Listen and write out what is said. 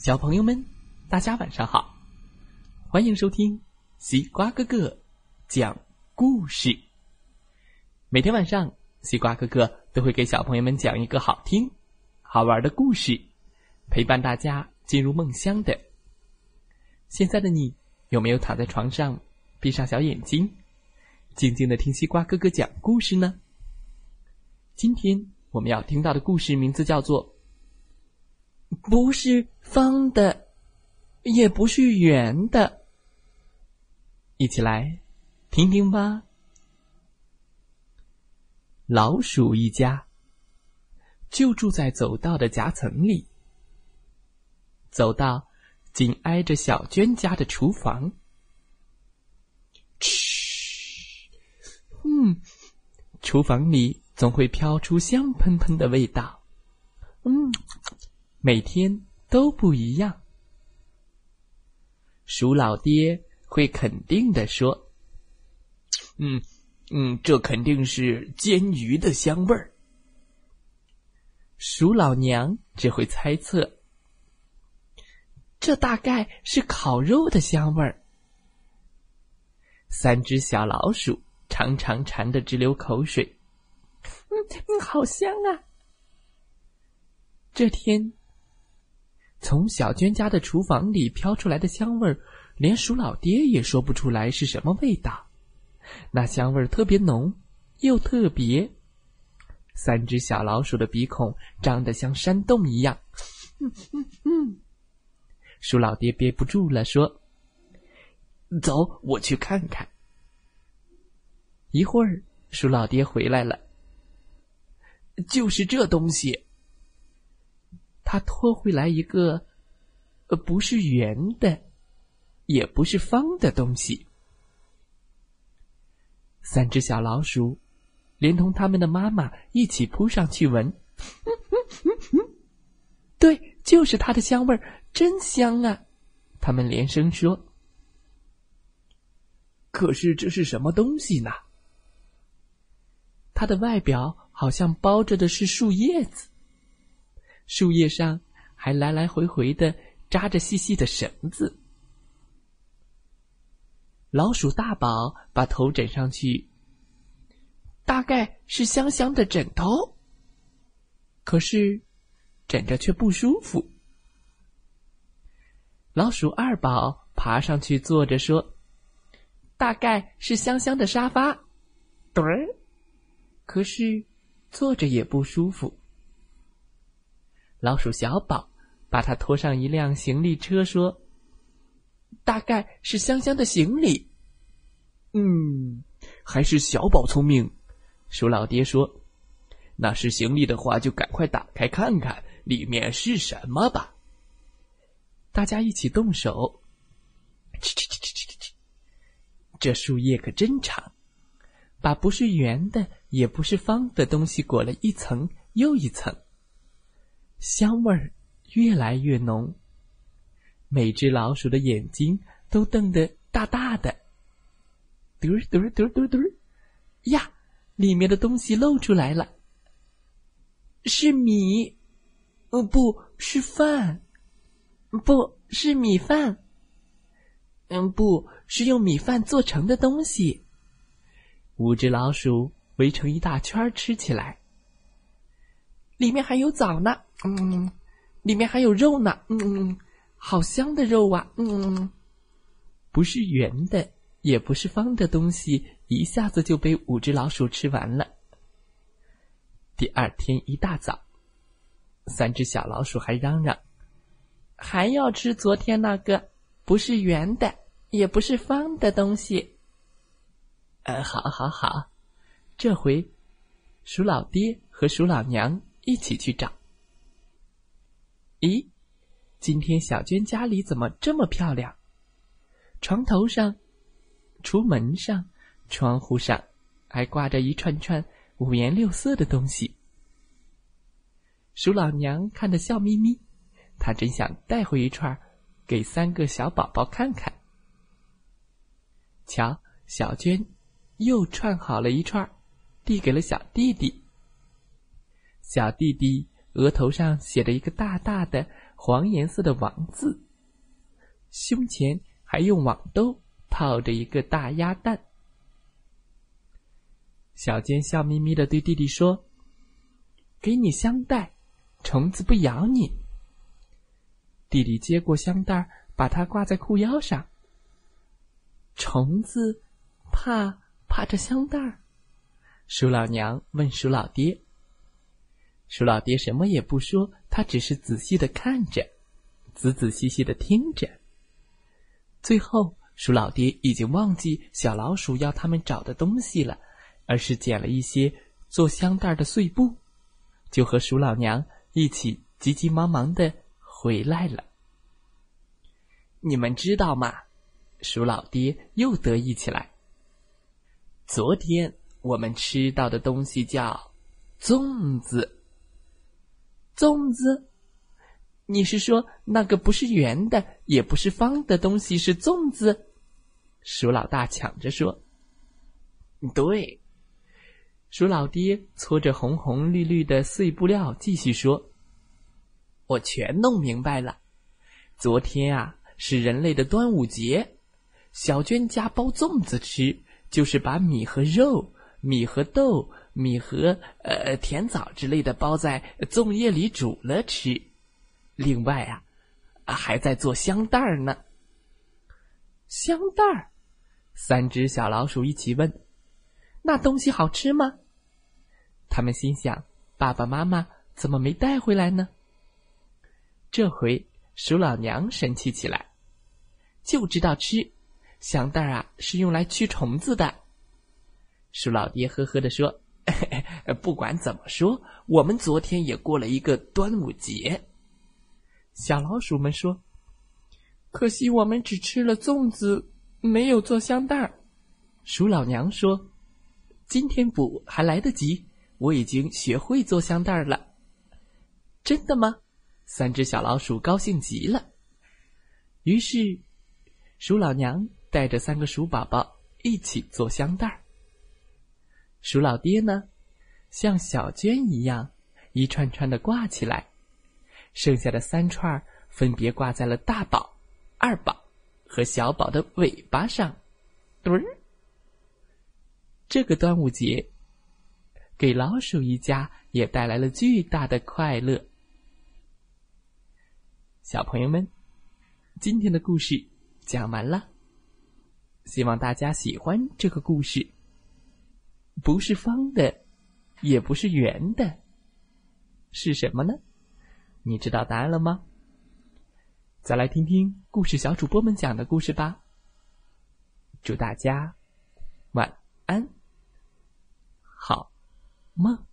小朋友们，大家晚上好，欢迎收听西瓜哥哥讲故事。每天晚上，西瓜哥哥都会给小朋友们讲一个好听、好玩的故事，陪伴大家进入梦乡的。现在的你，有没有躺在床上，闭上小眼睛，静静地听西瓜哥哥讲故事呢？今天我们要听到的故事名字叫做不是方的，也不是圆的。一起来听听吧。老鼠一家就住在走道的夹层里，走道紧挨着小娟家的厨房。嘘，厨房里总会飘出香喷喷的味道。每天都不一样。鼠老爹会肯定地说：这肯定是煎鱼的香味儿。鼠老娘只会猜测：这大概是烤肉的香味儿。三只小老鼠常常馋得直流口水。好香啊！这天，从小娟家的厨房里飘出来的香味儿，连鼠老爹也说不出来是什么味道。那香味儿特别浓，又特别。三只小老鼠的鼻孔张得像山洞一样。鼠老爹憋不住了，说：走，我去看看。一会儿，鼠老爹回来了。就是这东西。他拖回来一个不是圆的，也不是方的东西。三只小老鼠连同他们的妈妈一起扑上去闻。对，就是它的香味儿，真香啊！他们连声说。可是这是什么东西呢？它的外表好像包着的是树叶子，树叶上还来来回回的扎着细细的绳子。老鼠大宝把头枕上去，大概是香香的枕头，可是枕着却不舒服。老鼠二宝爬上去坐着说，大概是香香的沙发，墩儿，可是坐着也不舒服。老鼠小宝把它拖上一辆行李车，说，大概是香香的行李。还是小宝聪明。鼠老爹说，那是行李的话，就赶快打开看看里面是什么吧。大家一起动手。这树叶可真长，把不是圆的也不是方的东西裹了一层又一层，香味儿越来越浓。每只老鼠的眼睛都瞪得大大的。嘟儿嘟儿嘟儿嘟儿嘟儿呀，里面的东西露出来了。是米，不是饭，不是米饭，不是用米饭做成的东西。五只老鼠围成一大圈吃起来。里面还有枣呢，里面还有肉呢，好香的肉啊，不是圆的，也不是方的东西，一下子就被五只老鼠吃完了。第二天一大早，三只小老鼠还嚷嚷，还要吃昨天那个不是圆的，也不是方的东西。好，这回鼠老爹和鼠老娘一起去找。咦，今天小娟家里怎么这么漂亮？床头上、橱门上、窗户上还挂着一串串五颜六色的东西。鼠老娘看得笑眯眯，她真想带回一串给三个小宝宝看看。瞧，小娟又串好了一串，递给了小弟弟。小弟弟额头上写着一个大大的黄颜色的王字，胸前还用网兜套着一个大鸭蛋。小娟笑眯眯地对弟弟说：“给你香袋，虫子不咬你。”弟弟接过香袋，把它挂在裤腰上。虫子怕这香袋？鼠老娘问鼠老爹。鼠老爹什么也不说，他只是仔细地看着，仔仔细细地听着。最后，鼠老爹已经忘记小老鼠要他们找的东西了，而是捡了一些做香袋的碎布，就和鼠老娘一起急急忙忙地回来了。你们知道吗？鼠老爹又得意起来。昨天我们吃到的东西叫粽子。粽子？你是说那个不是圆的也不是方的东西是粽子？鼠老大抢着说。对。鼠老爹搓着红红绿绿的碎布料继续说，我全弄明白了。昨天啊，是人类的端午节，小娟家包粽子吃，就是把米和肉、米和豆、米和甜枣之类的包在粽叶里煮了吃。另外啊，还在做香袋呢。香袋？三只小老鼠一起问，那东西好吃吗？他们心想，爸爸妈妈怎么没带回来呢？这回鼠老娘生气起来，就知道吃，香袋啊是用来驱虫子的。鼠老爹呵呵地说，不管怎么说，我们昨天也过了一个端午节。小老鼠们说，可惜我们只吃了粽子，没有做香袋。鼠老娘说，今天补还来得及，我已经学会做香袋了。真的吗？三只小老鼠高兴极了。于是鼠老娘带着三个鼠宝宝一起做香袋。鼠老爹呢，像小娟一样一串串的挂起来，剩下的3串分别挂在了大宝、二宝和小宝的尾巴上。这个端午节给老鼠一家也带来了巨大的快乐。小朋友们，今天的故事讲完了，希望大家喜欢这个故事。不是方的，也不是圆的，是什么呢？你知道答案了吗？再来听听故事小主播们讲的故事吧。祝大家晚安，好梦。